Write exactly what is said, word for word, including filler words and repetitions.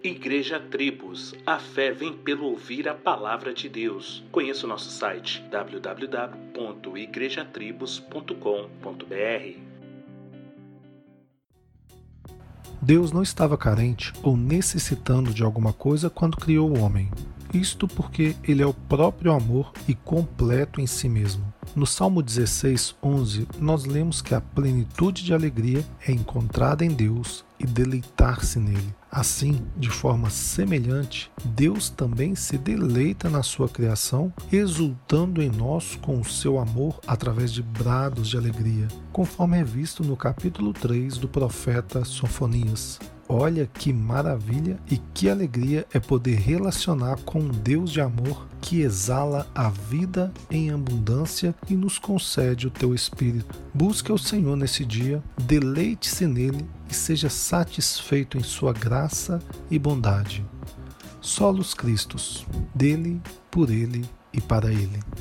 Igreja Tribos, a fé vem pelo ouvir a palavra de Deus. Conheça o nosso site w w w ponto igreja tribos ponto com ponto b r. Deus não estava carente ou necessitando de alguma coisa quando criou o homem. Isto porque ele é o próprio amor e completo em si mesmo. No Salmo dezesseis, onze, nós lemos que a plenitude de alegria é encontrada em Deus e deleitar-se nele. Assim, de forma semelhante, Deus também se deleita na sua criação, exultando em nós com o seu amor através de brados de alegria, conforme é visto no capítulo três do profeta Sofonias. Olha que maravilha e que alegria é poder relacionar com um Deus de amor que exala a vida em abundância e nos concede o teu Espírito. Busque o Senhor nesse dia, deleite-se nele e seja satisfeito em sua graça e bondade. Solos Cristos, dele, por ele e para ele.